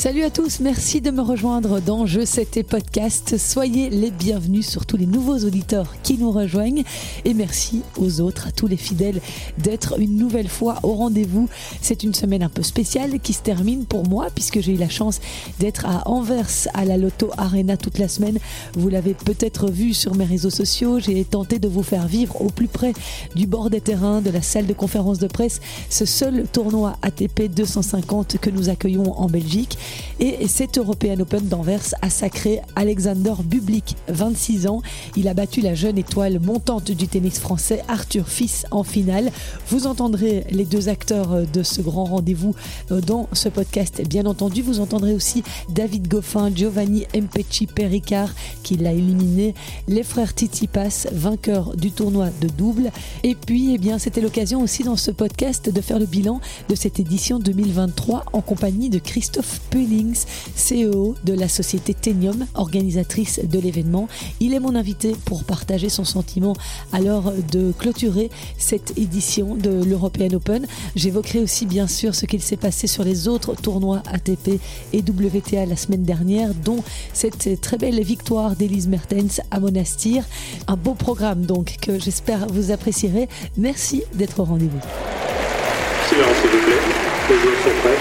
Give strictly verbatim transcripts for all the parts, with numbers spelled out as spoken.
Salut à tous, merci de me rejoindre dans Je sais tes podcasts. Soyez les bienvenus, surtout les nouveaux auditeurs qui nous rejoignent. Et merci aux autres, à tous les fidèles, d'être une nouvelle fois au rendez-vous. C'est une semaine un peu spéciale qui se termine pour moi, puisque j'ai eu la chance d'être à Anvers, à la Lotto Arena toute la semaine. Vous l'avez peut-être vu sur mes réseaux sociaux. J'ai tenté de vous faire vivre au plus près du bord des terrains, de la salle de conférence de presse, ce seul tournoi A T P deux cent cinquante que nous accueillons en Belgique. Et cet European Open d'Anvers a sacré Alexander Bublik, vingt-six ans. Il a battu la jeune étoile montante du tennis français Arthur Fils en finale. Vous entendrez les deux acteurs de ce grand rendez-vous dans ce podcast. Bien entendu, vous entendrez aussi David Goffin, Giovanni Mpetshi Perricard qui l'a éliminé, les frères Tsitsipas, vainqueurs du tournoi de double. Et puis, eh bien, c'était l'occasion aussi dans ce podcast de faire le bilan de cette édition deux mille vingt-trois en compagnie de Christophe Peulings, C E O de la société Tenium, organisatrice de l'événement. Il est mon invité pour partager son sentiment à l'heure de clôturer cette édition de l'European Open. J'évoquerai aussi bien sûr ce qu'il s'est passé sur les autres tournois A T P et W T A la semaine dernière, dont cette très belle victoire d'Elise Mertens à Monastir. Un beau programme donc que j'espère vous apprécierez. Merci d'être au rendez-vous. Silence s'il vous plaît, les joueurs sont prêts.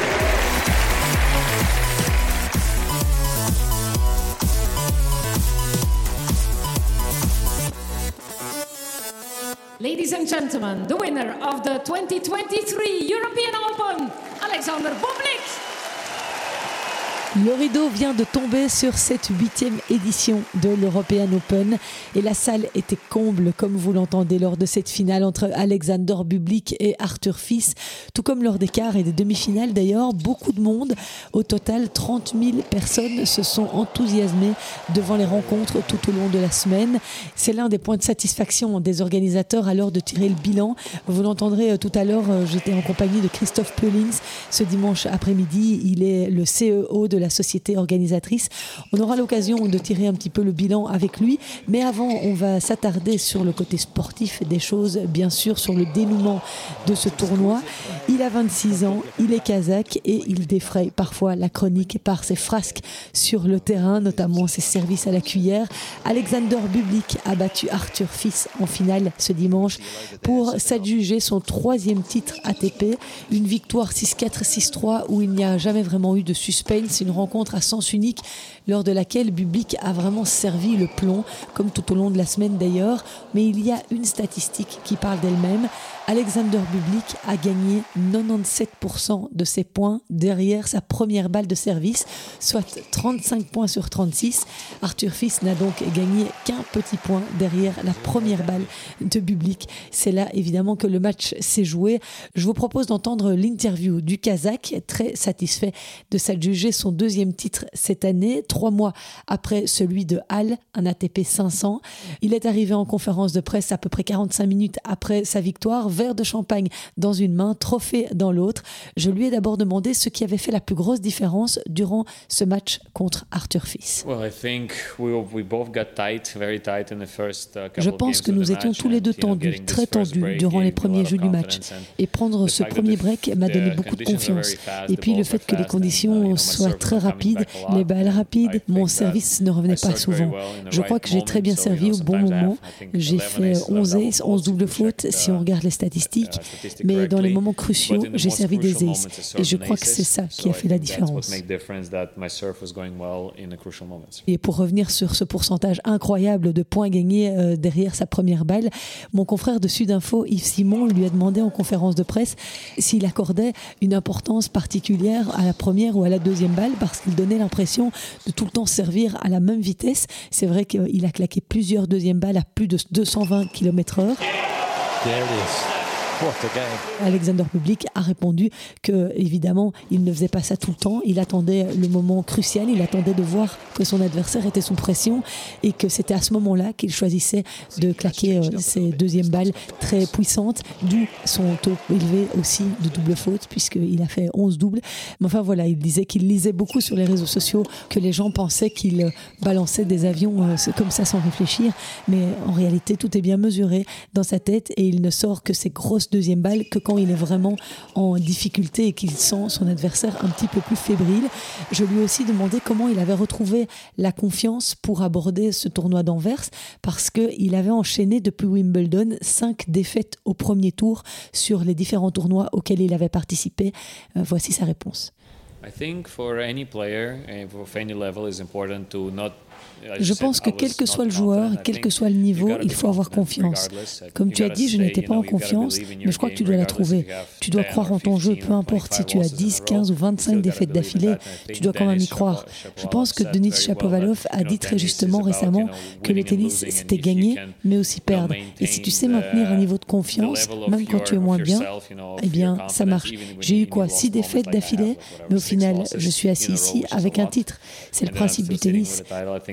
Ladies and gentlemen, the winner of the twenty twenty-three European Open, Alexander Bublik. Le rideau vient de tomber sur cette huitième édition de l'European Open et la salle était comble, comme vous l'entendez, lors de cette finale entre Alexander Bublik et Arthur Fils, tout comme lors des quarts et des demi-finales d'ailleurs. Beaucoup de monde, au total trente mille personnes se sont enthousiasmées devant les rencontres tout au long de la semaine. C'est l'un des points de satisfaction des organisateurs à l'heure de tirer le bilan. Vous l'entendrez tout à l'heure, j'étais en compagnie de Christophe Peulings ce dimanche après-midi. Il est le C E O de la société organisatrice. On aura l'occasion de tirer un petit peu le bilan avec lui, mais avant on va s'attarder sur le côté sportif des choses, bien sûr sur le dénouement de ce tournoi. Il a vingt-six ans, il est kazakh et il défraye parfois la chronique par ses frasques sur le terrain, notamment ses services à la cuillère. Alexander Bublik a battu Arthur Fils en finale ce dimanche pour s'adjuger son troisième titre A T P, une victoire six quatre six trois où il n'y a jamais vraiment eu de suspense, une rencontre à sens unique lors de laquelle Bublik a vraiment servi le plomb, comme tout au long de la semaine d'ailleurs. Mais il y a une statistique qui parle d'elle-même. Alexander Bublik a gagné quatre-vingt-dix-sept pour cent de ses points derrière sa première balle de service, soit trente-cinq points sur trente-six. Arthur Fils n'a donc gagné qu'un petit point derrière la première balle de Bublik. C'est là évidemment que le match s'est joué. Je vous propose d'entendre l'interview du Kazakh, très satisfait de s'adjuger son deuxième titre cette année, trois mois après celui de Halle, un A T P cinq cents. Il est arrivé en conférence de presse à peu près quarante-cinq minutes après sa victoire, verre de champagne dans une main, trophée dans l'autre. Je lui ai d'abord demandé ce qui avait fait la plus grosse différence durant ce match contre Arthur Fils. Je pense que nous étions tous les deux tendus, très tendus durant les premiers jeux du match. Et prendre ce premier break m'a donné beaucoup de confiance. Et puis le fait que les conditions soient très rapides, les balles rapides, mon service ne revenait pas souvent. Je crois que j'ai très bien servi au bon moment. J'ai fait onze aces, onze doubles fautes si on regarde les statistiques, mais dans les moments cruciaux, j'ai servi des aces. Et je crois que c'est ça qui a fait la différence. Et pour revenir sur ce pourcentage incroyable de points gagnés euh, derrière sa première balle, mon confrère de Sudinfo, Yves Simon, lui a demandé en conférence de presse s'il accordait une importance particulière à la première ou à la deuxième balle, parce qu'il donnait l'impression de tout le temps servir à la même vitesse. C'est vrai qu'il a claqué plusieurs deuxièmes balles à plus de deux cent vingt kilomètres heure. There it is. Alexander Bublik a répondu que, évidemment, il ne faisait pas ça tout le temps. Il attendait le moment crucial, il attendait de voir que son adversaire était sous pression et que c'était à ce moment-là qu'il choisissait de claquer euh, ses deuxièmes balles très puissantes, d'où son taux élevé aussi de double faute, puisqu'il a fait onze doubles. Mais enfin voilà, il disait qu'il lisait beaucoup sur les réseaux sociaux, que les gens pensaient qu'il balançait des avions euh, comme ça sans réfléchir, mais en réalité tout est bien mesuré dans sa tête et il ne sort que ses grosses grosse deuxième balle que quand il est vraiment en difficulté et qu'il sent son adversaire un petit peu plus fébrile. Je lui ai aussi demandé comment il avait retrouvé la confiance pour aborder ce tournoi d'Anvers, parce qu'il avait enchaîné depuis Wimbledon cinq défaites au premier tour sur les différents tournois auxquels il avait participé. Euh, voici sa réponse. Je pense que quel que soit le joueur, quel que soit le niveau, il faut avoir confiance. Comme tu as dit, je n'étais pas en confiance, mais je crois que tu dois la trouver. Tu dois croire en ton jeu, peu importe si tu as dix, quinze ou vingt-cinq défaites d'affilée, tu dois quand même y croire. Je pense que Denis Shapovalov a dit très justement récemment que le tennis, c'était gagner, mais aussi perdre. Et si tu sais maintenir un niveau de confiance, même quand tu es moins bien, eh bien, ça marche. J'ai eu quoi, six défaites d'affilée, mais au final, je suis assis ici avec un titre. C'est le principe du tennis.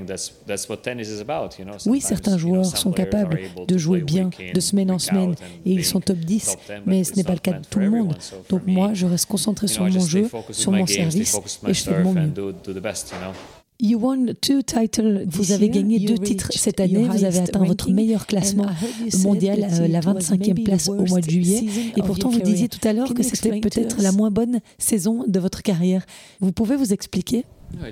Oui, certains joueurs sont capables de jouer bien de semaine en semaine et ils sont top dix, mais ce n'est pas le cas de tout le monde. Donc moi, je reste concentré sur mon jeu, sur mon service et je fais de mon mieux. You won two titles. Vous avez gagné deux titres cette année. Vous avez atteint votre meilleur classement mondial, la vingt-cinquième place au mois de juillet. Et pourtant, vous disiez tout à l'heure que c'était peut-être la moins bonne saison de votre carrière. Vous pouvez vous expliquer ?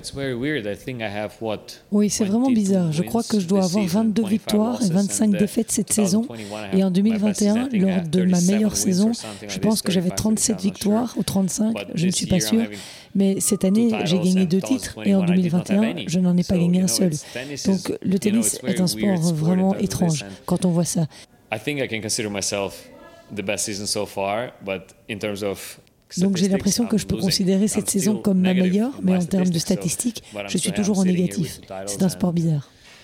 Oui, c'est vraiment bizarre. Je crois que je dois avoir vingt-deux victoires et vingt-cinq défaites cette saison. Et en deux mille vingt et un, lors de ma meilleure saison, je pense que j'avais trente-sept victoires ou trente-cinq, je ne suis pas sûre. Mais cette année, j'ai gagné deux titres et en deux mille vingt et un, je n'en ai pas gagné un seul. Donc le tennis est un sport vraiment étrange quand on voit ça. Donc j'ai l'impression que je peux considérer cette saison comme ma meilleure, mais en termes de statistiques, je suis toujours en négatif. C'est un sport bizarre.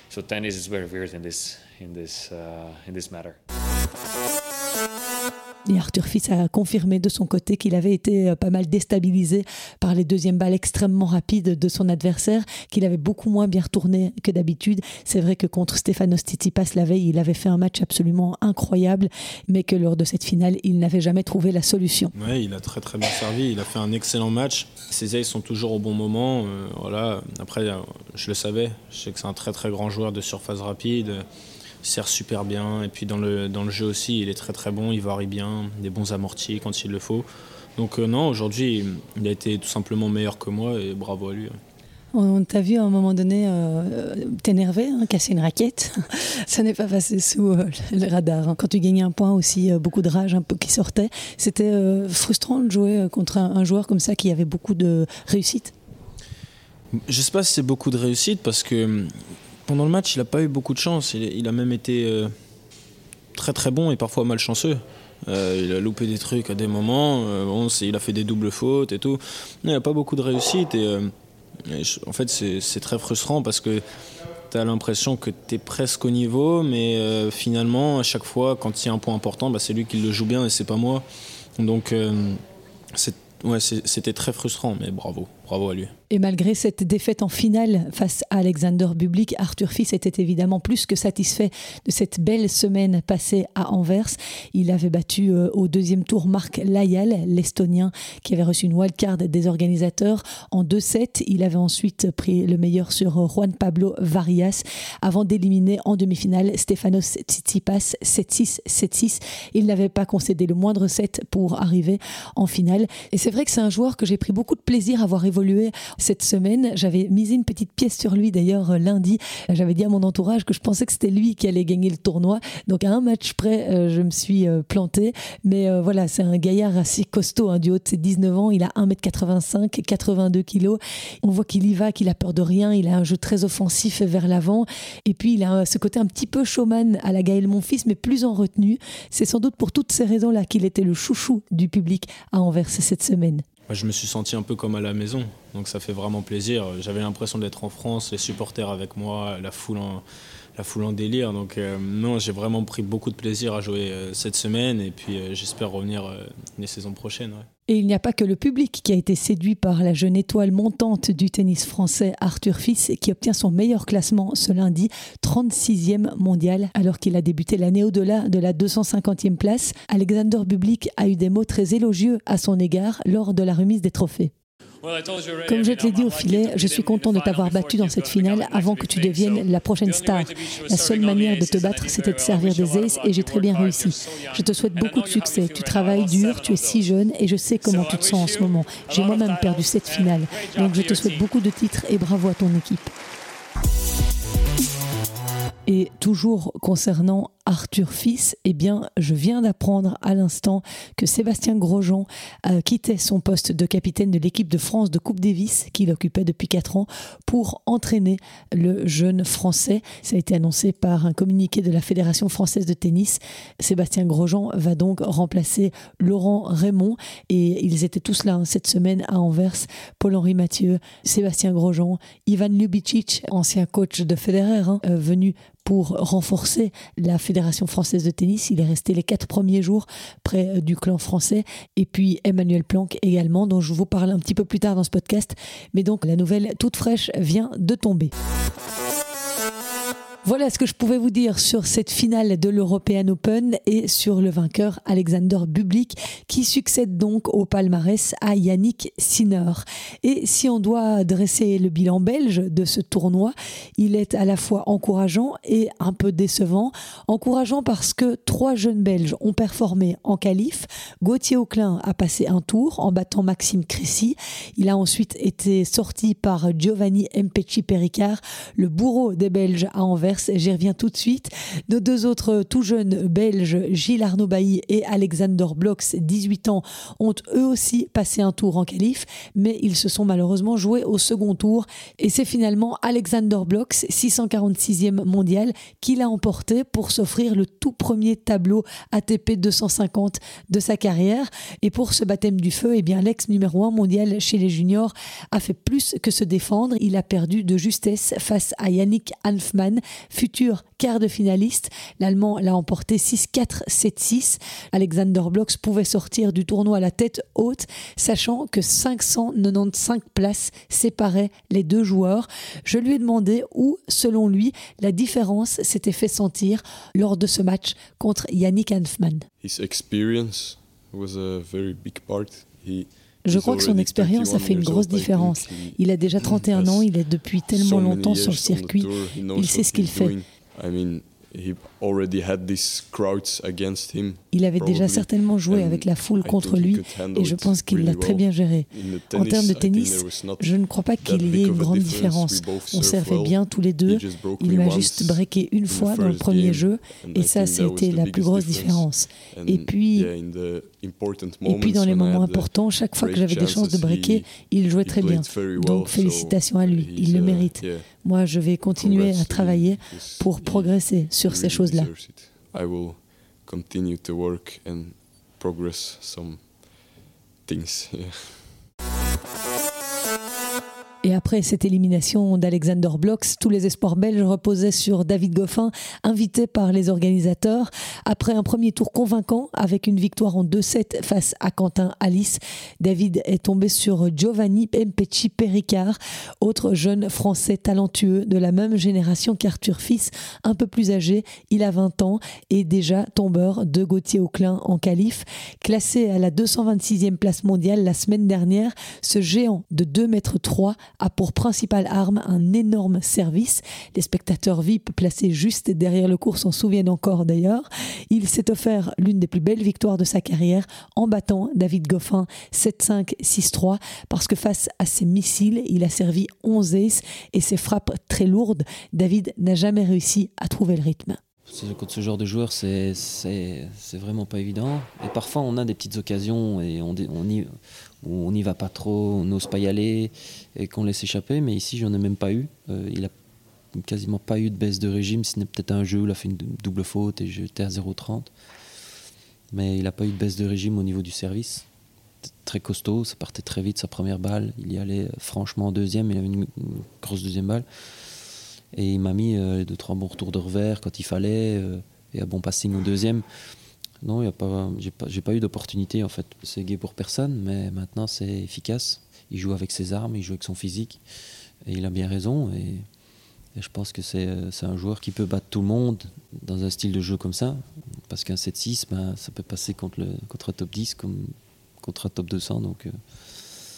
Et Arthur Fils a confirmé de son côté qu'il avait été pas mal déstabilisé par les deuxièmes balles extrêmement rapides de son adversaire, qu'il avait beaucoup moins bien retourné que d'habitude. C'est vrai que contre Stefanos Tsitsipas la veille, il avait fait un match absolument incroyable, mais que lors de cette finale, il n'avait jamais trouvé la solution. Oui, il a très très bien servi, il a fait un excellent match. Ses ailes sont toujours au bon moment. Euh, voilà. Après, je le savais, je sais que c'est un très très grand joueur de surface rapide. Il sert super bien, et puis dans le, dans le jeu aussi, il est très très bon, il varie bien, des bons amortis quand il le faut. Donc euh, non, aujourd'hui, il a été tout simplement meilleur que moi, et bravo à lui. On t'a vu à un moment donné euh, t'énerver, hein, casser une raquette. Ça n'est pas passé sous euh, le radar. Hein. Quand tu gagnais un point aussi, euh, beaucoup de rage un peu qui sortait. C'était euh, frustrant de jouer contre un, un joueur comme ça qui avait beaucoup de réussite. Je ne sais pas si c'est beaucoup de réussite, parce que pendant le match, il n'a pas eu beaucoup de chance. Il, il a même été euh, très très bon et parfois malchanceux. Euh, il a loupé des trucs à des moments. Euh, bon, c'est, il a fait des doubles fautes et tout. Il n'y a pas beaucoup de réussite. Et, euh, et je, en fait, c'est, c'est très frustrant parce que tu as l'impression que tu es presque au niveau, mais euh, finalement, à chaque fois, quand il y a un point important, bah, c'est lui qui le joue bien et c'est pas moi. Donc, euh, c'est, ouais, c'est, c'était très frustrant, mais bravo. Bravo à lui. Et malgré cette défaite en finale face à Alexander Bublik, Arthur Fils était évidemment plus que satisfait de cette belle semaine passée à Anvers. Il avait battu euh, au deuxième tour Marc Layal, l'Estonien, qui avait reçu une wildcard des organisateurs en deux sets. Il avait ensuite pris le meilleur sur Juan Pablo Varillas avant d'éliminer en demi-finale Stefanos Tsitsipas sept six, sept six. Il n'avait pas concédé le moindre set pour arriver en finale. Et c'est vrai que c'est un joueur que j'ai pris beaucoup de plaisir à voir évoluer cette semaine. J'avais misé une petite pièce sur lui d'ailleurs lundi. J'avais dit à mon entourage que je pensais que c'était lui qui allait gagner le tournoi. Donc à un match près, euh, je me suis euh, plantée. Mais euh, voilà, c'est un gaillard assez costaud, hein, du haut de ses dix-neuf ans. Il a un mètre quatre-vingt-cinq, quatre-vingt-deux kilos. On voit qu'il y va, qu'il a peur de rien. Il a un jeu très offensif vers l'avant. Et puis il a ce côté un petit peu showman à la Gaël Monfils, mais plus en retenue. C'est sans doute pour toutes ces raisons-là qu'il était le chouchou du public à Anvers cette semaine. Je me suis senti un peu comme à la maison, donc ça fait vraiment plaisir. J'avais l'impression d'être en France, les supporters avec moi, la foule en, la foule en délire. Donc euh, non, j'ai vraiment pris beaucoup de plaisir à jouer euh, cette semaine et puis euh, j'espère revenir euh, les saisons prochaines. Ouais. Et il n'y a pas que le public qui a été séduit par la jeune étoile montante du tennis français Arthur Fils, qui obtient son meilleur classement ce lundi, trente-sixième mondial, alors qu'il a débuté l'année au-delà de la deux cent cinquantième place. Alexander Bublik a eu des mots très élogieux à son égard lors de la remise des trophées. Comme je te l'ai dit au filet, je suis content de t'avoir battu dans cette finale avant que tu deviennes la prochaine star. La seule manière de te battre, c'était de servir des aces et j'ai très bien réussi. Je te souhaite beaucoup de succès. Tu travailles dur, tu es si jeune et je sais comment tu te sens en ce moment. J'ai moi-même perdu cette finale. Donc je te souhaite beaucoup de titres et bravo à ton équipe. Et toujours concernant Arthur Fils, eh bien, je viens d'apprendre à l'instant que Sébastien Grosjean euh, quittait son poste de capitaine de l'équipe de France de Coupe Davis qu'il occupait depuis quatre ans pour entraîner le jeune Français. Ça a été annoncé par un communiqué de la Fédération française de tennis. Sébastien Grosjean va donc remplacer Laurent Raymond et ils étaient tous là hein, cette semaine à Anvers. Paul-Henri Mathieu, Sébastien Grosjean, Ivan Ljubicic, ancien coach de Federer, hein, euh, venu pour renforcer la Fédération française de tennis. Il est resté les quatre premiers jours près du clan français. Et puis Emmanuel Planck également, dont je vous parle un petit peu plus tard dans ce podcast. Mais donc la nouvelle toute fraîche vient de tomber. Voilà ce que je pouvais vous dire sur cette finale de l'European Open et sur le vainqueur Alexander Bublik qui succède donc au palmarès à Yannick Sinner. Et si on doit dresser le bilan belge de ce tournoi, il est à la fois encourageant et un peu décevant. Encourageant parce que trois jeunes Belges ont performé en qualif. Gauthier Auclin a passé un tour en battant Maxime Cressy. Il a ensuite été sorti par Giovanni Mpetshi-Perricard, le bourreau des Belges à Anvers. J'y reviens tout de suite. Nos deux autres tout jeunes Belges, Gilles Arnaud Bailly et Alexander Bloks, dix-huit ans, ont eux aussi passé un tour en qualif, mais ils se sont malheureusement joués au second tour. Et c'est finalement Alexander Bloks, six cent quarante-sixième mondial, qui l'a emporté pour s'offrir le tout premier tableau A T P deux cent cinquante de sa carrière. Et pour ce baptême du feu, eh bien, l'ex numéro un mondial chez les juniors a fait plus que se défendre. Il a perdu de justesse face à Yannick Hanfmann, futur quart de finaliste. L'Allemand l'a emporté six quatre, sept six. Alexander Bloks pouvait sortir du tournoi à la tête haute, sachant que cinq cent quatre-vingt-quinze places séparaient les deux joueurs. Je lui ai demandé où, selon lui, la différence s'était fait sentir lors de ce match contre Yannick Hanfmann. His experience was a very big part. He Je crois que son expérience a fait une grosse différence. Il a déjà trente et un ans, il est depuis tellement longtemps sur le circuit, il sait ce qu'il fait. Il avait déjà certainement joué avec la foule contre lui et je pense qu'il l'a très bien géré. En termes de tennis, je ne crois pas qu'il y ait une grande différence. On servait bien tous les deux. Il m'a juste breaké une fois dans le premier jeu et ça, c'était la plus grosse différence. Et puis, et puis dans les moments importants, chaque fois que j'avais des chances de breaker, il jouait très bien. Donc félicitations à lui, il le mérite. Moi, je vais continuer à travailler pour progresser sur ces choses-là. I will continue to work and progress some things. Yeah. Et après cette élimination d'Alexander Bloks, tous les espoirs belges reposaient sur David Goffin, invité par les organisateurs. Après un premier tour convaincant, avec une victoire en deux sept face à Quentin Alice, David est tombé sur Giovanni Mpetshi-Perricard, autre jeune français talentueux de la même génération qu'Arthur Fils, un peu plus âgé. Il a vingt ans et déjà tombeur de Gauthier Auclin en qualif. Classé à la deux cent vingt-sixième place mondiale la semaine dernière, ce géant de deux mètres trois a pour principale arme un énorme service. Les spectateurs V I P placés juste derrière le court s'en souviennent encore d'ailleurs. Il s'est offert l'une des plus belles victoires de sa carrière en battant David Goffin sept cinq, six trois parce que face à ses missiles, il a servi onze aces et ses frappes très lourdes. David n'a jamais réussi à trouver le rythme. Contre ce genre de joueur, c'est, c'est, c'est vraiment pas évident. Et parfois, on a des petites occasions et on, on y, on n'y va pas trop, on n'ose pas y aller et qu'on laisse échapper. Mais ici, j'en ai même pas eu. Euh, il a quasiment pas eu de baisse de régime. Ce n'est peut-être un jeu où il a fait une double faute et j'étais à zéro trente. Mais il n'a pas eu de baisse de régime au niveau du service. Très costaud, ça partait très vite, sa première balle. Il y allait franchement en deuxième, il avait une, une grosse deuxième balle. Et il m'a mis euh, deux, trois bons retours de revers quand il fallait, euh, et un bon passing au deuxième. Non, y a pas, j'ai pas, j'ai pas eu d'opportunité en fait. C'est gai pour personne, mais maintenant c'est efficace. Il joue avec ses armes, il joue avec son physique, et il a bien raison. Et, et je pense que c'est, c'est un joueur qui peut battre tout le monde dans un style de jeu comme ça, parce qu'un sept six, ben, ça peut passer contre, le, contre un top dix comme contre un top deux cents. Donc, euh,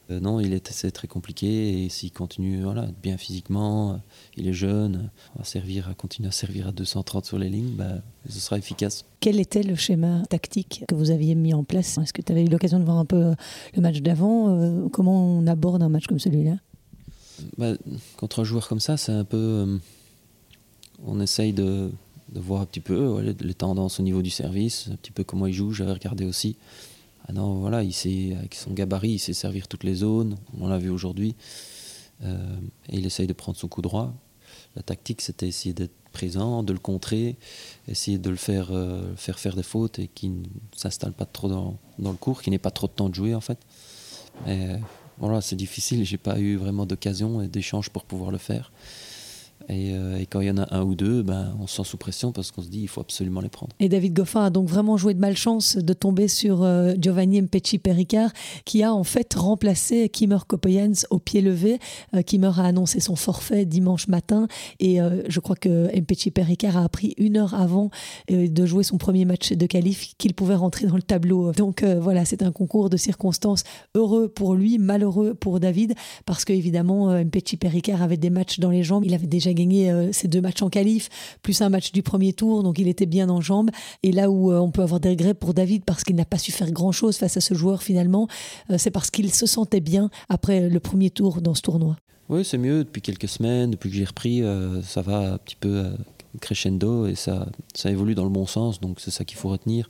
Euh, non, il est, c'est très compliqué et s'il continue voilà, bien physiquement, euh, il est jeune, à servir, à continuer à servir à deux cent trente sur les lignes, bah, ce sera efficace. Quel était le schéma tactique que vous aviez mis en place? Est-ce que tu avais eu l'occasion de voir un peu le match d'avant? euh, Comment on aborde un match comme celui-là? Bah, contre un joueur comme ça, c'est un peu... Euh, on essaye de, de voir un petit peu ouais, les tendances au niveau du service, un petit peu comment il joue, j'avais regardé aussi. Ah non, voilà, il sait, avec son gabarit, il sait servir toutes les zones, on l'a vu aujourd'hui. Euh, et il essaye de prendre son coup droit. La tactique, c'était essayer d'être présent, de le contrer, essayer de le faire, euh, faire faire des fautes et qu'il ne s'installe pas trop dans, dans le court, qu'il n'ait pas trop de temps de jouer en fait. Mais voilà, c'est difficile, j'ai pas eu vraiment d'occasion et d'échange pour pouvoir le faire. Et, euh, et quand il y en a un ou deux, ben, on se sent sous pression parce qu'on se dit il faut absolument les prendre. Et David Goffin a donc vraiment joué de malchance de tomber sur euh, Giovanni Mpetshi-Perricard qui a en fait remplacé Kimmer Coppejans au pied levé. Euh, Kimmer a annoncé son forfait dimanche matin et euh, je crois que Mpetshi-Perricard a appris une heure avant euh, de jouer son premier match de qualif qu'il pouvait rentrer dans le tableau. Donc euh, voilà, c'est un concours de circonstances heureux pour lui, malheureux pour David parce qu'évidemment euh, Mpetshi-Perricard avait des matchs dans les jambes. Il avait déjà gagné euh, ses deux matchs en qualif, plus un match du premier tour, donc il était bien en jambes. Et là où euh, on peut avoir des regrets pour David parce qu'il n'a pas su faire grand-chose face à ce joueur finalement, euh, c'est parce qu'il se sentait bien après le premier tour dans ce tournoi. Oui, c'est mieux depuis quelques semaines, depuis que j'ai repris, euh, ça va un petit peu euh, crescendo et ça, ça évolue dans le bon sens, donc c'est ça qu'il faut retenir.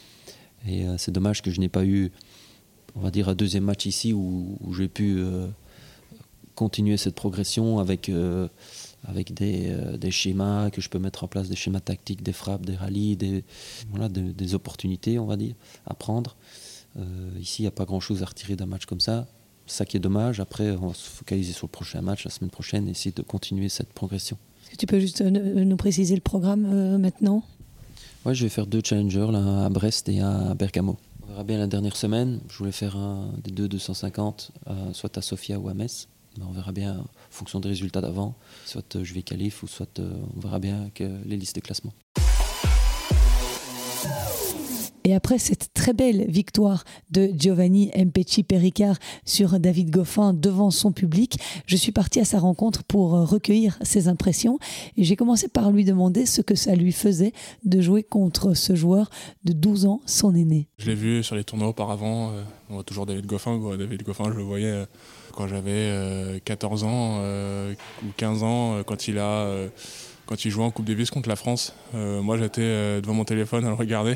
Et euh, c'est dommage que je n'ai pas eu, on va dire, un deuxième match ici où, où j'ai pu euh, continuer cette progression avec... Euh, avec des, euh, des schémas que je peux mettre en place, des schémas tactiques, des frappes, des rallyes, des, voilà, de, des opportunités, on va dire, à prendre. Euh, ici, il n'y a pas grand-chose à retirer d'un match comme ça. C'est ça qui est dommage. Après, on va se focaliser sur le prochain match, la semaine prochaine, et essayer de continuer cette progression. Est-ce que tu peux juste euh, nous préciser le programme euh, maintenant? Ouais, je vais faire deux challengers, là, à Brest et à Bergamo. On verra bien la dernière semaine. Je voulais faire un des deux deux cent cinquante, euh, soit à Sofia ou à Metz. Mais on verra bien en fonction des résultats d'avant. Soit euh, je vais qualif ou soit euh, on verra bien avec euh, les listes de classement. Et après cette très belle victoire de Giovanni Mpetshi-Perricard sur David Goffin devant son public, je suis partie à sa rencontre pour recueillir ses impressions et j'ai commencé par lui demander ce que ça lui faisait de jouer contre ce joueur de douze ans, son aîné. Je l'ai vu sur les tournois auparavant, euh, on voit toujours David Goffin. Quoi. David Goffin, je le voyais euh, quand j'avais euh, quatorze ans euh, ou quinze ans, euh, quand il a... Euh, Quand il jouait en Coupe Davis contre la France, euh, moi j'étais euh, devant mon téléphone à le regarder.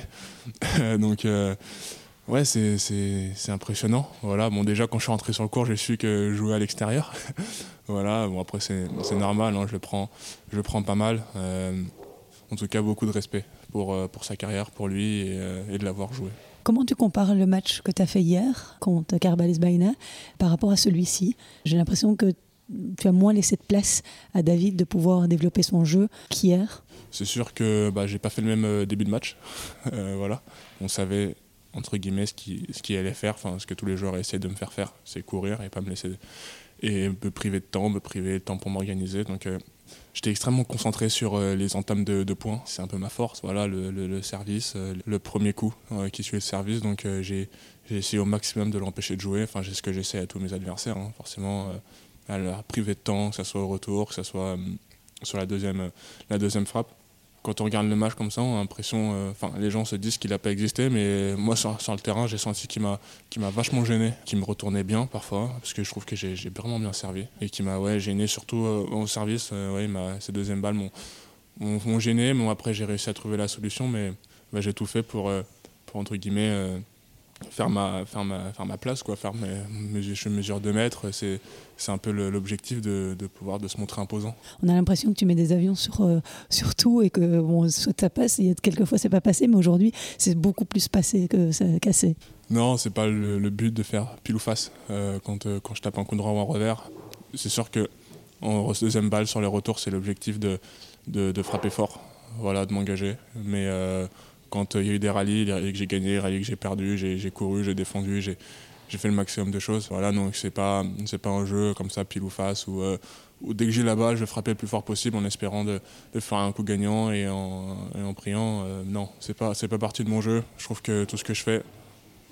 Donc euh, ouais, c'est, c'est, c'est impressionnant. Voilà. Bon, déjà quand je suis rentré sur le court, j'ai su que je jouais à l'extérieur. Voilà. Bon, après c'est, c'est normal, hein, je le prends, je le prends pas mal. Euh, en tout cas, beaucoup de respect pour, euh, pour sa carrière, pour lui et, euh, et de l'avoir joué. Comment tu compares le match que tu as fait hier contre Carbales Baena par rapport à celui-ci? J'ai l'impression que tu as moins laissé de place à David de pouvoir développer son jeu qu'hier. C'est sûr que bah, j'ai pas fait le même début de match. euh, voilà. On savait entre guillemets ce qu'il ce qu'il allait faire, enfin ce que tous les joueurs essaient de me faire faire, c'est courir et pas me laisser et me priver de temps, me priver de temps pour m'organiser. Donc euh, j'étais extrêmement concentré sur euh, les entames de, de points. C'est un peu ma force, voilà, le, le, le service, euh, le premier coup euh, qui suit le service. Donc euh, j'ai, j'ai essayé au maximum de l'empêcher de jouer. Enfin, c'est ce que j'essaie à tous mes adversaires, hein, forcément. Euh, à la priver de temps, que ce soit au retour, que ce soit euh, sur la deuxième, euh, la deuxième frappe. Quand on regarde le match comme ça, on a l'impression, enfin, euh, les gens se disent qu'il n'a pas existé, mais moi sur, sur le terrain, j'ai senti qu'il m'a, qu'il m'a vachement gêné, qu'il me retournait bien parfois, parce que je trouve que j'ai, j'ai vraiment bien servi, et qu'il m'a ouais, gêné surtout euh, au service. Euh, ouais, il m'a, ces deuxièmes balles m'ont, m'ont, m'ont gêné, mais bon, après j'ai réussi à trouver la solution, mais bah, j'ai tout fait pour, euh, pour entre guillemets, euh, faire ma, faire ma, faire ma place, quoi, faire mes, mes, je mesure deux mètres, c'est, c'est un peu le, l'objectif de, de pouvoir de se montrer imposant. On a l'impression que tu mets des avions sur, euh, sur tout et que bon, soit ça passe, il y a quelquefois c'est pas passé, mais aujourd'hui c'est beaucoup plus passé que ça cassé. Non, c'est pas le, le but de faire pile ou face euh, quand, euh, quand je tape un coup droit ou un revers. C'est sûr que en deuxième balle sur les retours, c'est l'objectif de, de, de frapper fort, voilà, de m'engager. Mais euh, quand il euh, y a eu des rallyes, les rallyes que j'ai gagnés, les rallyes que j'ai perdus, j'ai, j'ai couru, j'ai défendu, j'ai, j'ai fait le maximum de choses. Voilà, donc c'est pas, c'est pas un jeu comme ça, pile ou face, où, euh, où dès que j'ai la balle, je vais frapper le plus fort possible en espérant de, de faire un coup gagnant et en, et en priant. Euh, non, c'est pas, c'est pas partie de mon jeu. Je trouve que tout ce que je fais,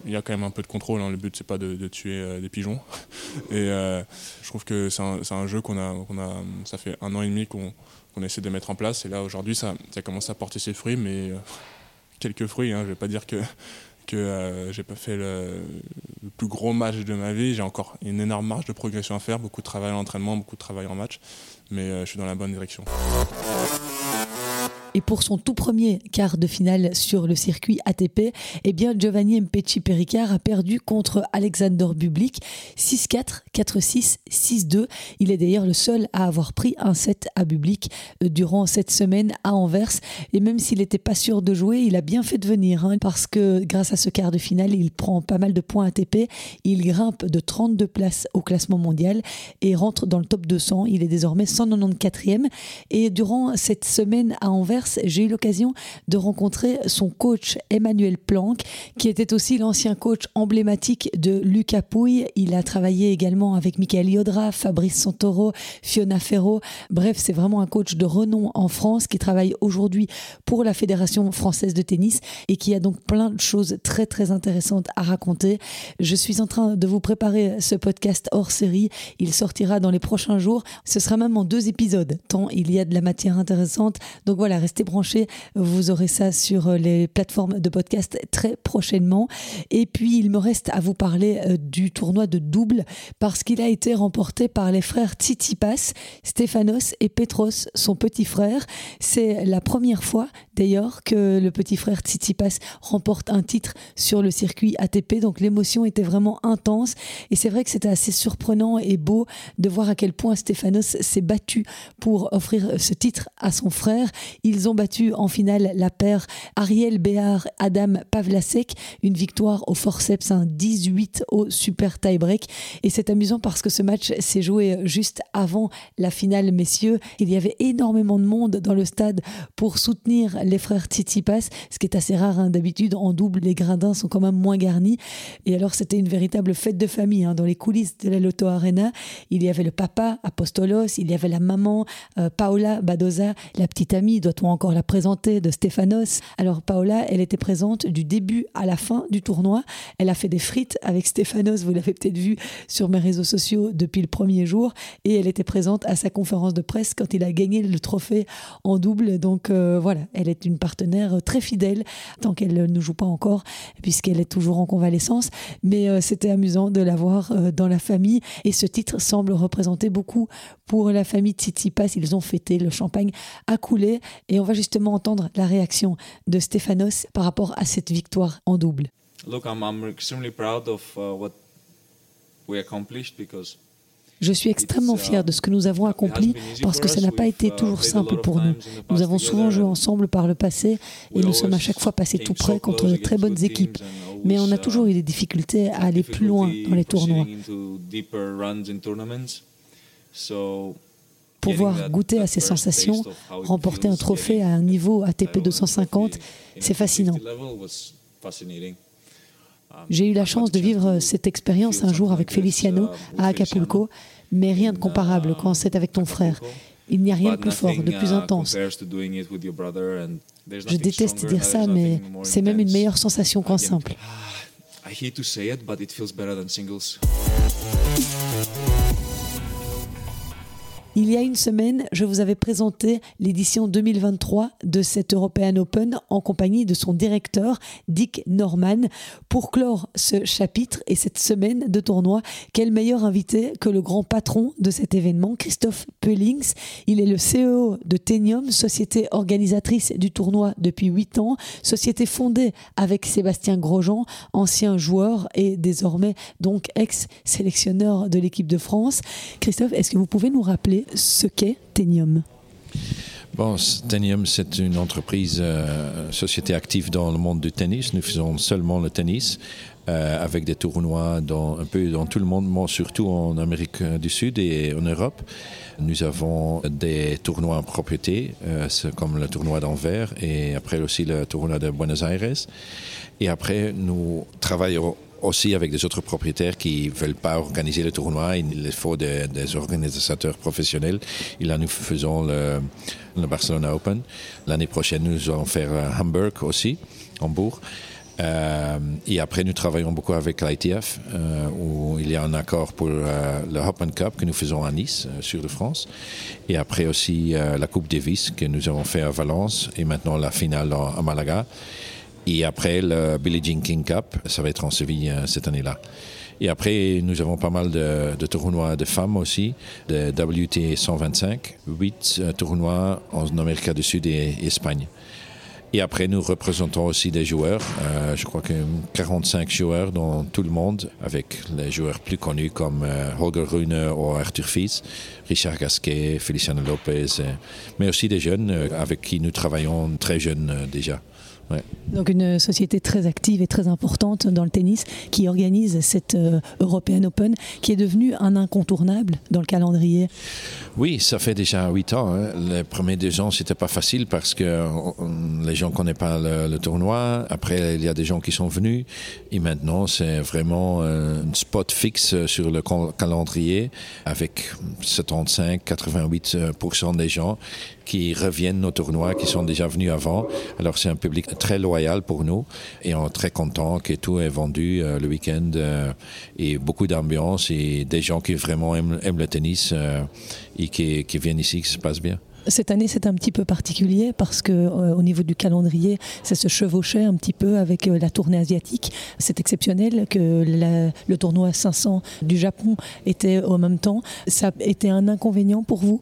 il y a quand même un peu de contrôle, hein. Le but c'est pas de, de tuer euh, des pigeons. Et euh, je trouve que c'est un, c'est un jeu qu'on a, qu'on a, ça fait un an et demi qu'on, qu'on essaie de mettre en place. Et là aujourd'hui ça, ça commence à porter ses fruits, mais euh, quelques fruits. Hein. Je vais pas dire que que euh, j'ai pas fait le, le plus gros match de ma vie. J'ai encore une énorme marge de progression à faire, beaucoup de travail en entraînement, beaucoup de travail en match, mais euh, je suis dans la bonne direction. Et pour son tout premier quart de finale sur le circuit A T P, eh bien Giovanni Mpetshi Perricard a perdu contre Alexander Bublik six quatre, quatre six, six deux. Il est d'ailleurs le seul à avoir pris un set à Bublik durant cette semaine à Anvers. Et même s'il n'était pas sûr de jouer, il a bien fait de venir, hein, parce que grâce à ce quart de finale, il prend pas mal de points A T P. Il grimpe de trente-deux places au classement mondial et rentre dans le top deux cents. Il est désormais cent quatre-vingt-quatrième. Et durant cette semaine à Anvers, j'ai eu l'occasion de rencontrer son coach Emmanuel Planck, qui était aussi l'ancien coach emblématique de Lucas Pouille. Il a travaillé également avec Michael Yodra, Fabrice Santoro, Fiona Ferro. Bref, c'est vraiment un coach de renom en France qui travaille aujourd'hui pour la Fédération française de tennis et qui a donc plein de choses très très intéressantes à raconter. Je suis en train de vous préparer ce podcast hors série. Il sortira dans les prochains jours. Ce sera même en deux épisodes, tant il y a de la matière intéressante. Donc voilà, restez branchés, vous aurez ça sur les plateformes de podcast très prochainement. Et puis il me reste à vous parler du tournoi de double, parce qu'il a été remporté par les frères Tsitsipas, Stefanos et Petros, son petit frère. C'est la première fois d'ailleurs que le petit frère Tsitsipas remporte un titre sur le circuit A T P, donc l'émotion était vraiment intense. Et c'est vrai que c'était assez surprenant et beau de voir à quel point Stefanos s'est battu pour offrir ce titre à son frère. Ils ont battu en finale la paire Ariel Béhar, Adam Pavlasek, une victoire au forceps, un dix-huit au super tie-break. Et c'est amusant parce que ce match s'est joué juste avant la finale messieurs. Il y avait énormément de monde dans le stade pour soutenir les frères Tsitsipas, ce qui est assez rare, hein. D'habitude en double les gradins sont quand même moins garnis. Et alors c'était une véritable fête de famille, hein. Dans les coulisses de la Lotto Arena, il y avait le papa Apostolos, il y avait la maman euh, Paola Badoza, la petite amie, doit-on encore la présenter, de Stefanos. Alors Paola, elle était présente du début à la fin du tournoi. Elle a fait des frites avec Stefanos, vous l'avez peut-être vu sur mes réseaux sociaux depuis le premier jour, et elle était présente à sa conférence de presse quand il a gagné le trophée en double. Donc euh, voilà, elle est une partenaire très fidèle, tant qu'elle ne joue pas encore, puisqu'elle est toujours en convalescence, mais euh, c'était amusant de la voir euh, dans la famille, et ce titre semble représenter beaucoup pour la famille Tsitsipas. Ils ont fêté, le champagne a coulé, et on va justement entendre la réaction de Stefanos par rapport à cette victoire en double. Look, I'm, I'm extremely proud of uh, what we accomplished because Je suis extrêmement fier de ce que nous avons accompli, parce que ça n'a pas été toujours simple pour nous. Nous avons souvent joué ensemble par le passé et nous sommes à chaque fois passés tout près contre de très bonnes équipes. Mais on a toujours eu des difficultés à aller plus loin dans les tournois. Pouvoir goûter à ces sensations, remporter un trophée à un niveau A T P deux cent cinquante, c'est fascinant. J'ai eu la chance de vivre cette expérience un jour avec Feliciano à Acapulco, mais rien de comparable quand c'est avec ton frère. Il n'y a rien de plus fort, de plus intense. Je déteste dire ça, mais c'est même une meilleure sensation qu'en simple. Il y a une semaine, je vous avais présenté l'édition deux mille vingt-trois de cet European Open en compagnie de son directeur, Dick Norman. Pour clore ce chapitre et cette semaine de tournoi, quel meilleur invité que le grand patron de cet événement, Christophe Peulings. Il est le C E O de Tenium, société organisatrice du tournoi depuis huit ans, société fondée avec Sébastien Grosjean, ancien joueur et désormais donc ex-sélectionneur de l'équipe de France. Christophe, est-ce que vous pouvez nous rappeler ce qu'est Tenium? Bon, Tenium, c'est une entreprise, euh, société active dans le monde du tennis. Nous faisons seulement le tennis, euh, avec des tournois dans, un peu dans tout le monde, mais surtout en Amérique du Sud et en Europe. Nous avons des tournois en propriété, euh, comme le tournoi d'Anvers et après aussi le tournoi de Buenos Aires. Et après, nous travaillons aussi avec des autres propriétaires qui ne veulent pas organiser le tournoi. Il faut des, des organisateurs professionnels. Et là, nous faisons le, le Barcelona Open. L'année prochaine, nous allons faire Hamburg aussi, Hambourg. Euh, et après, nous travaillons beaucoup avec l'I T F, euh, où il y a un accord pour euh, le Hopman Cup que nous faisons à Nice, euh, sur de France. Et après aussi euh, la Coupe Davis que nous avons fait à Valence et maintenant la finale à Malaga. Et après le Billie Jean King Cup, ça va être en Séville euh, cette année-là. Et après, nous avons pas mal de, de tournois de femmes aussi, de W T cent vingt-cinq, huit euh, tournois en Amérique du Sud et, et Espagne. Et après, nous représentons aussi des joueurs. Euh, je crois que quarante-cinq joueurs dans tout le monde, avec les joueurs plus connus comme euh, Holger Rune ou Arthur Fils, Richard Gasquet, Feliciano Lopez, euh, mais aussi des jeunes euh, avec qui nous travaillons très jeunes euh, déjà. Ouais. Donc une société très active et très importante dans le tennis qui organise cette euh, European Open qui est devenue un incontournable dans le calendrier. Oui, ça fait déjà huit ans. Hein. Les premiers deux ans, c'était pas facile parce que on, les gens ne connaissent pas le, le tournoi. Après, il y a des gens qui sont venus. Et maintenant, c'est vraiment un spot fixe sur le calendrier avec soixante-quinze à quatre-vingt-huit pour cent des gens qui reviennent au tournoi, qui sont déjà venus avant. Alors c'est un public très loyal pour nous et on est très content que tout est vendu euh, le week-end euh, et beaucoup d'ambiance et des gens qui vraiment aiment, aiment le tennis euh, et qui, qui viennent ici, que ça se passe bien. Cette année, c'est un petit peu particulier parce que euh, au niveau du calendrier, ça se chevauchait un petit peu avec euh, la tournée asiatique. C'est exceptionnel que la, le tournoi cinq cents du Japon était au même temps. Ça a été un inconvénient pour vous ?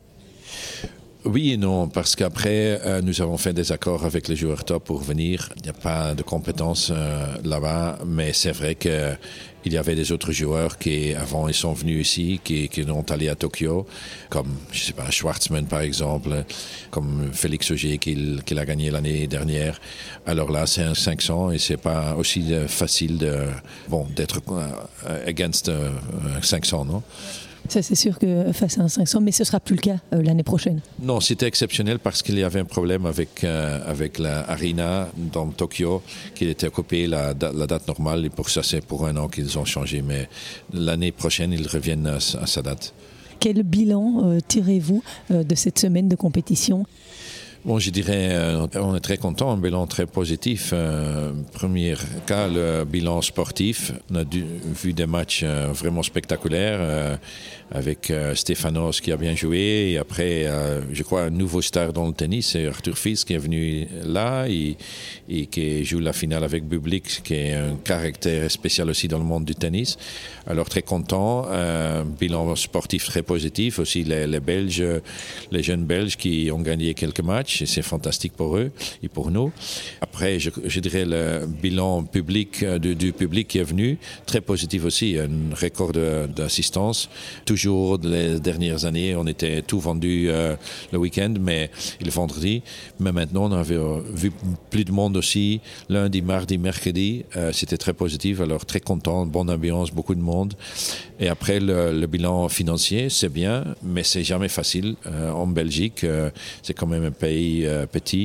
Oui et non, parce qu'après, euh, nous avons fait des accords avec les joueurs top pour venir. Il n'y a pas de compétences euh, là-bas, mais c'est vrai qu'il y avait des autres joueurs qui, avant, ils sont venus ici, qui, qui sont allés à Tokyo, comme, je sais pas, Schwartzman par exemple, comme Félix Auger qui, qui l'a gagné l'année dernière. Alors là, c'est un cinq cents et c'est pas aussi facile de, bon, d'être euh, against euh, un cinq cents, non? Ça, c'est sûr que face à un cinq cents, mais ce ne sera plus le cas euh, l'année prochaine. Non, c'était exceptionnel parce qu'il y avait un problème avec, euh, avec la Arena dans Tokyo, qu'il était occupé la, la date normale, et pour ça, c'est pour un an qu'ils ont changé. Mais l'année prochaine, ils reviennent à, à sa date. Quel bilan euh, tirez-vous euh, de cette semaine de compétition ? Bon, je dirais, euh, on est très content, un bilan très positif. Euh, premier cas, le bilan sportif. On a dû, vu des matchs euh, vraiment spectaculaires euh, avec euh, Stefanos qui a bien joué. Et après, euh, je crois, un nouveau star dans le tennis, c'est Arthur Fils qui est venu là et, et qui joue la finale avec Bublik, qui est un caractère spécial aussi dans le monde du tennis. Alors, très content. Euh, bilan sportif très positif. Aussi, les, les Belges, les jeunes Belges qui ont gagné quelques matchs. Et c'est fantastique pour eux et pour nous. Après, je, je dirais le bilan public du, du public qui est venu, très positif aussi, un record de, d'assistance. Toujours les dernières années, on était tout vendu euh, le week-end, mais le vendredi. Mais maintenant, on avait euh, vu plus de monde aussi, lundi, mardi, mercredi. Euh, c'était très positif, alors très content, bonne ambiance, beaucoup de monde. Et après, le, le bilan financier, c'est bien, mais c'est jamais facile. Euh, en Belgique, euh, c'est quand même un pays Euh, petit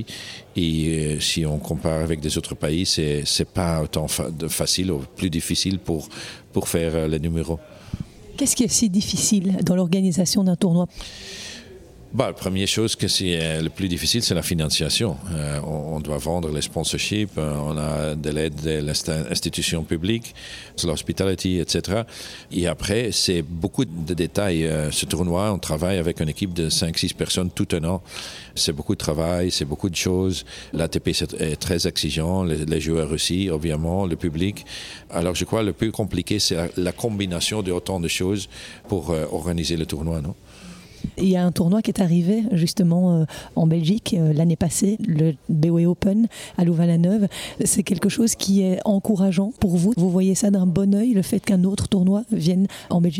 et euh, si on compare avec des autres pays, c'est c'est pas autant fa- facile ou plus difficile pour pour faire euh, les numéros. Qu'est-ce qui est si difficile dans l'organisation d'un tournoi ? Bah, la première chose que c'est euh, le plus difficile, c'est la financiation. Euh, on, on doit vendre les sponsorships, euh, on a de l'aide de l'institution publique, l'hospitality, et cetera. Et après, c'est beaucoup de détails. Euh, ce tournoi, on travaille avec une équipe de cinq six personnes tout un an. C'est beaucoup de travail, c'est beaucoup de choses. L'A T P est très exigeant, les, les joueurs aussi, évidemment, le public. Alors, je crois que le plus compliqué, c'est la, la combination de autant de choses pour euh, organiser le tournoi, non ? Il y a un tournoi qui est arrivé justement euh, en Belgique euh, l'année passée, le B O E Open à Louvain-la-Neuve. C'est quelque chose qui est encourageant pour vous. Vous voyez ça d'un bon œil, le fait qu'un autre tournoi vienne en Belgique ?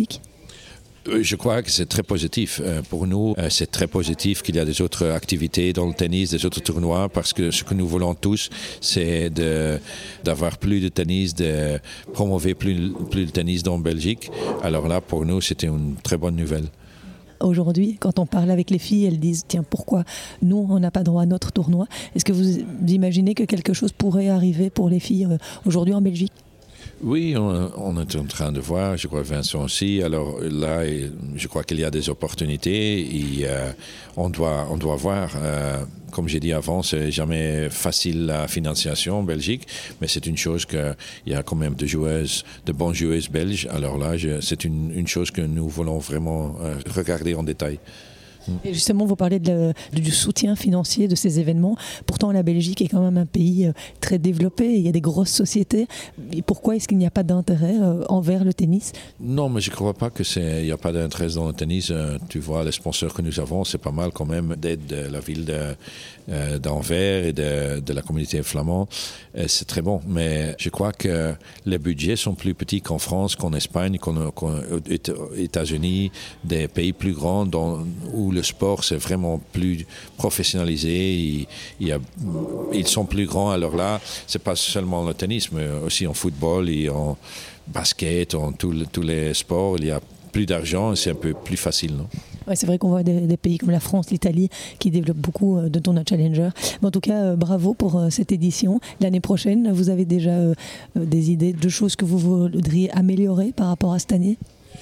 Je crois que c'est très positif. Pour nous, c'est très positif qu'il y a des autres activités dans le tennis, des autres tournois, parce que ce que nous voulons tous, c'est de, d'avoir plus de tennis, de promouvoir plus, plus de tennis dans Belgique. Alors là, pour nous, c'était une très bonne nouvelle. Aujourd'hui, quand on parle avec les filles, elles disent « Tiens, pourquoi nous, on n'a pas droit à notre tournoi ?» Est-ce que vous imaginez que quelque chose pourrait arriver pour les filles aujourd'hui en Belgique ? Oui, on, on est en train de voir, je crois Vincent aussi. Alors là, je crois qu'il y a des opportunités et euh, on, doit, on doit voir. Euh, comme j'ai dit avant, c'est jamais facile la financiation en Belgique, mais c'est une chose qu'il y a quand même de joueuses, de bonnes joueuses belges. Alors là, je, c'est une, une chose que nous voulons vraiment euh, regarder en détail. Et justement, vous parlez de la, du soutien financier de ces événements. Pourtant, la Belgique est quand même un pays très développé. Il y a des grosses sociétés. Et pourquoi est-ce qu'il n'y a pas d'intérêt envers le tennis ? Non, mais je ne crois pas qu'il n'y a pas d'intérêt dans le tennis. Tu vois, les sponsors que nous avons, c'est pas mal quand même d'aide de la ville de, euh, d'Anvers et de, de la communauté flamande. Et c'est très bon. Mais je crois que les budgets sont plus petits qu'en France, qu'en Espagne, qu'en, qu'aux États-Unis, des pays plus grands dans, où le sport c'est vraiment plus professionnalisé, il, il y a, ils sont plus grands. Alors là, c'est pas seulement le tennis, mais aussi en football et en basket, en tous les sports, il y a plus d'argent et c'est un peu plus facile, non ? Ouais, c'est vrai qu'on voit des, des pays comme la France, l'Italie qui développent beaucoup de tournois Challenger. Mais en tout cas, euh, bravo pour euh, cette édition. L'année prochaine, vous avez déjà euh, des idées de choses que vous voudriez améliorer par rapport à cette année ?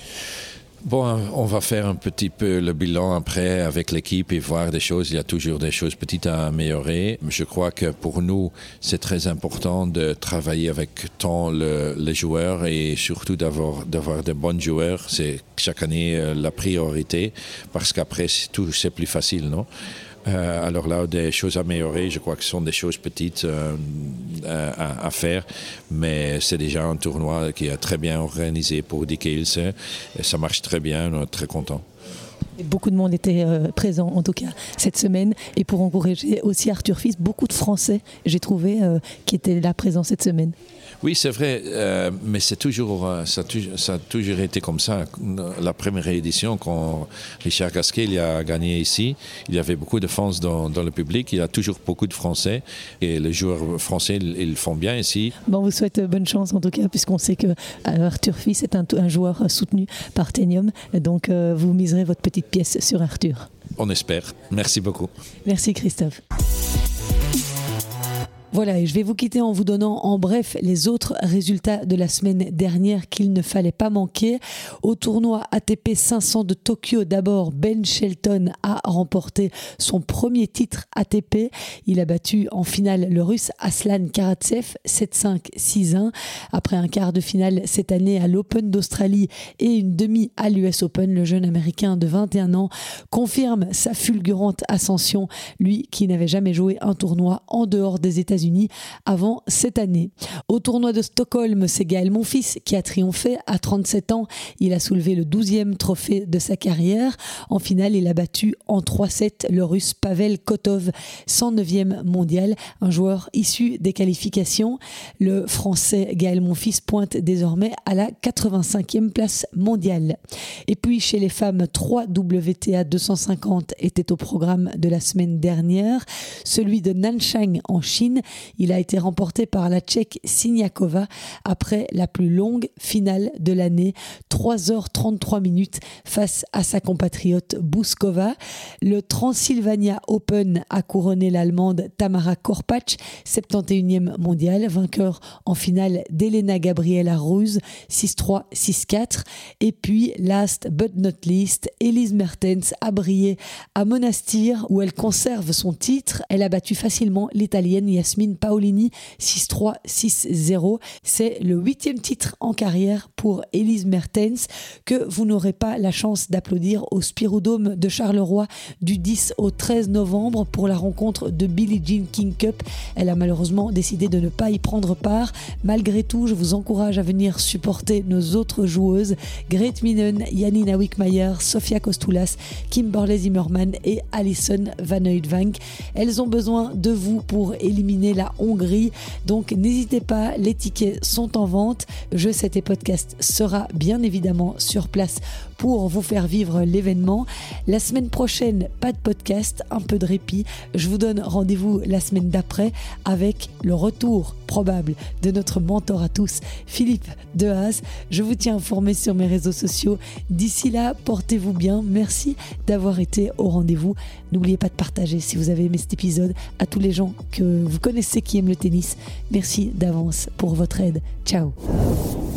Bon, on va faire un petit peu le bilan après avec l'équipe et voir des choses. Il y a toujours des choses petites à améliorer. Je crois que pour nous, c'est très important de travailler avec tant le, les joueurs et surtout d'avoir, d'avoir de bons joueurs. C'est chaque année la priorité parce qu'après, c'est, tout, c'est plus facile, non ? Euh, alors là, des choses à améliorer, je crois que ce sont des choses petites euh, à, à faire, mais c'est déjà un tournoi qui est très bien organisé pour Dick Ilse et ça marche très bien, on est très content. Et beaucoup de monde était euh, présent en tout cas cette semaine et pour encourager aussi Arthur Fils, beaucoup de Français j'ai trouvé euh, qui étaient là présents cette semaine. Oui, c'est vrai, euh, mais c'est toujours, ça, ça a toujours été comme ça. La première édition, quand Richard Gasquet il a gagné ici, il y avait beaucoup de fans dans, dans le public. Il y a toujours beaucoup de Français et les joueurs français, ils, ils font bien ici. Bon, on vous souhaite bonne chance en tout cas, puisqu'on sait que Arthur Fils est un, un joueur soutenu par Tenium. Donc, euh, vous miserez votre petite pièce sur Arthur. On espère. Merci beaucoup. Merci Christophe. Voilà, et je vais vous quitter en vous donnant en bref les autres résultats de la semaine dernière qu'il ne fallait pas manquer. Au tournoi A T P cinq cents de Tokyo, d'abord, Ben Shelton a remporté son premier titre A T P. Il a battu en finale le Russe Aslan Karatsev sept cinq six un. Après un quart de finale cette année à l'Open d'Australie et une demi à l'U S Open, le jeune Américain de vingt et un ans confirme sa fulgurante ascension, lui qui n'avait jamais joué un tournoi en dehors des États-Unis avant cette année. Au tournoi de Stockholm, c'est Gaël Monfils qui a triomphé à trente-sept ans. Il a soulevé le douzième trophée de sa carrière. En finale, il a battu en trois sept le Russe Pavel Kotov, cent neuvième mondial, un joueur issu des qualifications. Le Français Gaël Monfils pointe désormais à la quatre-vingt-cinquième place mondiale. Et puis chez les femmes, trois W T A deux cent cinquante étaient au programme de la semaine dernière. Celui de Nanchang en Chine, il a été remporté par la Tchèque Siniakova après la plus longue finale de l'année, trois heures trente-trois minutes face à sa compatriote Bouskova. Le Transylvania Open a couronné l'Allemande Tamara Korpatsch, septante et unième mondiale, vainqueur en finale d'Elena Gabriela Ruse, six trois six quatre. Et puis, last but not least, Elise Mertens a brillé à Monastir où elle conserve son titre. Elle a battu facilement l'Italienne Yasmine Paolini six trois six zéro. C'est le huitième titre en carrière pour Elise Mertens que vous n'aurez pas la chance d'applaudir au Spiroudome de Charleroi du dix au treize novembre pour la rencontre de Billie Jean King Cup. Elle a malheureusement décidé de ne pas y prendre part. Malgré tout, je vous encourage à venir supporter nos autres joueuses, Grete Minen, Janina Wickmayer, Sofia Kostoulas, Kimberley Zimmermann et Alison Van Oudvank. Elles ont besoin de vous pour éliminer la Hongrie. Donc n'hésitez pas, les tickets sont en vente. Je sais tes podcasts sera bien évidemment sur place pour vous faire vivre l'événement. La semaine prochaine, pas de podcast, un peu de répit. Je vous donne rendez-vous la semaine d'après avec le retour probable de notre mentor à tous, Philippe Dehaze. Je vous tiens informé sur mes réseaux sociaux. D'ici là, portez-vous bien. Merci d'avoir été au rendez-vous. N'oubliez pas de partager si vous avez aimé cet épisode à tous les gens que vous connaissez. connaissez qui aime le tennis. Merci d'avance pour votre aide. Ciao.